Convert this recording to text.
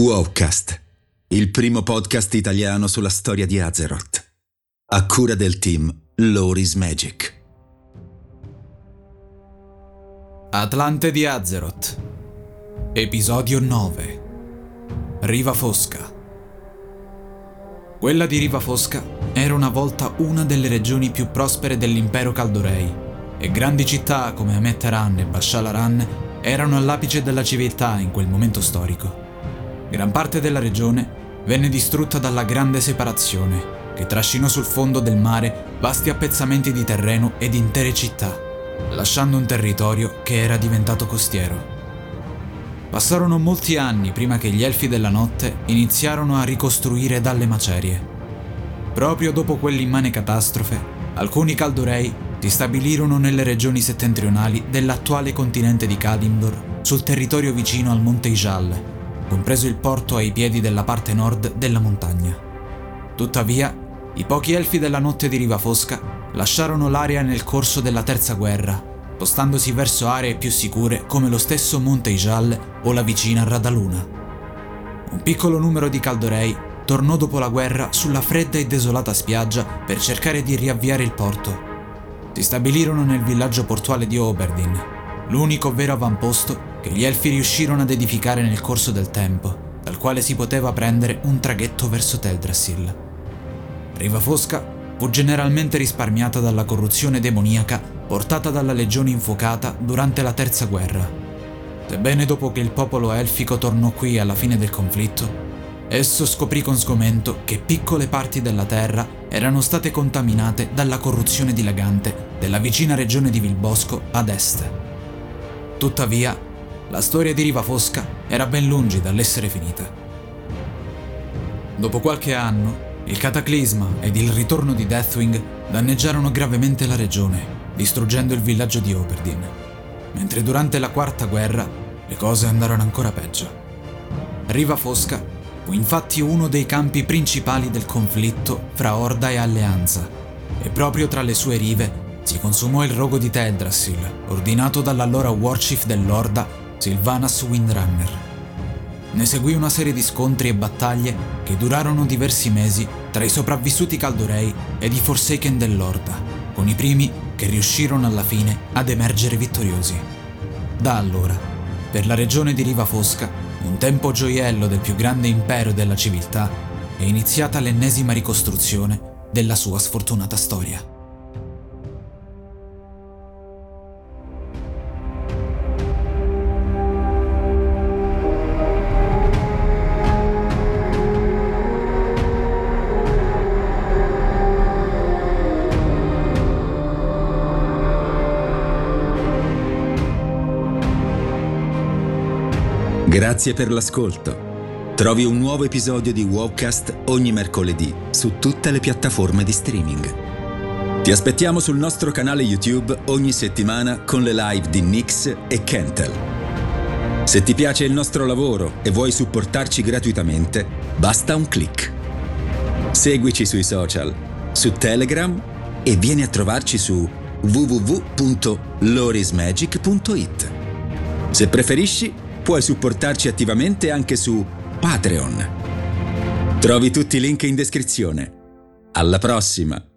Wowcast, il primo podcast italiano sulla storia di Azeroth, a cura del team Lore is Magic. Atlante di Azeroth, episodio 9. Riva Fosca. Quella di Riva Fosca era una volta una delle regioni più prospere dell'impero Kaldorei, e grandi città come Amet-Eran e Bashal-Aran erano all'apice della civiltà in quel momento storico. Gran parte della regione venne distrutta dalla Grande Separazione, che trascinò sul fondo del mare vasti appezzamenti di terreno ed intere città, lasciando un territorio che era diventato costiero. Passarono molti anni prima che gli Elfi della Notte iniziarono a ricostruire dalle macerie. Proprio dopo quell'immane catastrofe, alcuni Kaldorei si stabilirono nelle regioni settentrionali dell'attuale continente di Kalimdor, sul territorio vicino al Monte Ijal, compreso il porto ai piedi della parte nord della montagna. Tuttavia, i pochi Elfi della Notte di Riva Fosca lasciarono l'area nel corso della Terza Guerra, spostandosi verso aree più sicure come lo stesso Monte Ijal o la vicina Radaluna. Un piccolo numero di Kaldorei tornò dopo la guerra sulla fredda e desolata spiaggia per cercare di riavviare il porto. Si stabilirono nel villaggio portuale di Oberdin, l'unico vero avamposto che gli Elfi riuscirono ad edificare nel corso del tempo, dal quale si poteva prendere un traghetto verso Teldrassil. Riva Fosca fu generalmente risparmiata dalla corruzione demoniaca portata dalla legione infuocata durante la Terza Guerra. Sebbene dopo che il popolo elfico tornò qui alla fine del conflitto, esso scoprì con sgomento che piccole parti della terra erano state contaminate dalla corruzione dilagante della vicina regione di Vilbosco ad est. Tuttavia, la storia di Riva Fosca era ben lungi dall'essere finita. Dopo qualche anno, il cataclisma ed il ritorno di Deathwing danneggiarono gravemente la regione, distruggendo il villaggio di Oberdin, mentre durante la Quarta Guerra le cose andarono ancora peggio. Riva Fosca fu infatti uno dei campi principali del conflitto fra Orda e Alleanza, e proprio tra le sue rive si consumò il rogo di Teldrassil, ordinato dall'allora Warchief dell'Orda Sylvanas Windrunner. Ne seguì una serie di scontri e battaglie che durarono diversi mesi tra i sopravvissuti Kaldorei ed i Forsaken dell'Orda, con i primi che riuscirono alla fine ad emergere vittoriosi. Da allora, per la regione di Riva Fosca, un tempo gioiello del più grande impero della civiltà, è iniziata l'ennesima ricostruzione della sua sfortunata storia. Grazie per l'ascolto. Trovi un nuovo episodio di Wowcast ogni mercoledì su tutte le piattaforme di streaming. Ti aspettiamo sul nostro canale YouTube ogni settimana con le live di Nyx e Kentel. Se ti piace il nostro lavoro e vuoi supportarci gratuitamente, basta un click. Seguici sui social, su Telegram e vieni a trovarci su www.loreismagic.it. Se preferisci, puoi supportarci attivamente anche su Patreon. Trovi tutti i link in descrizione. Alla prossima!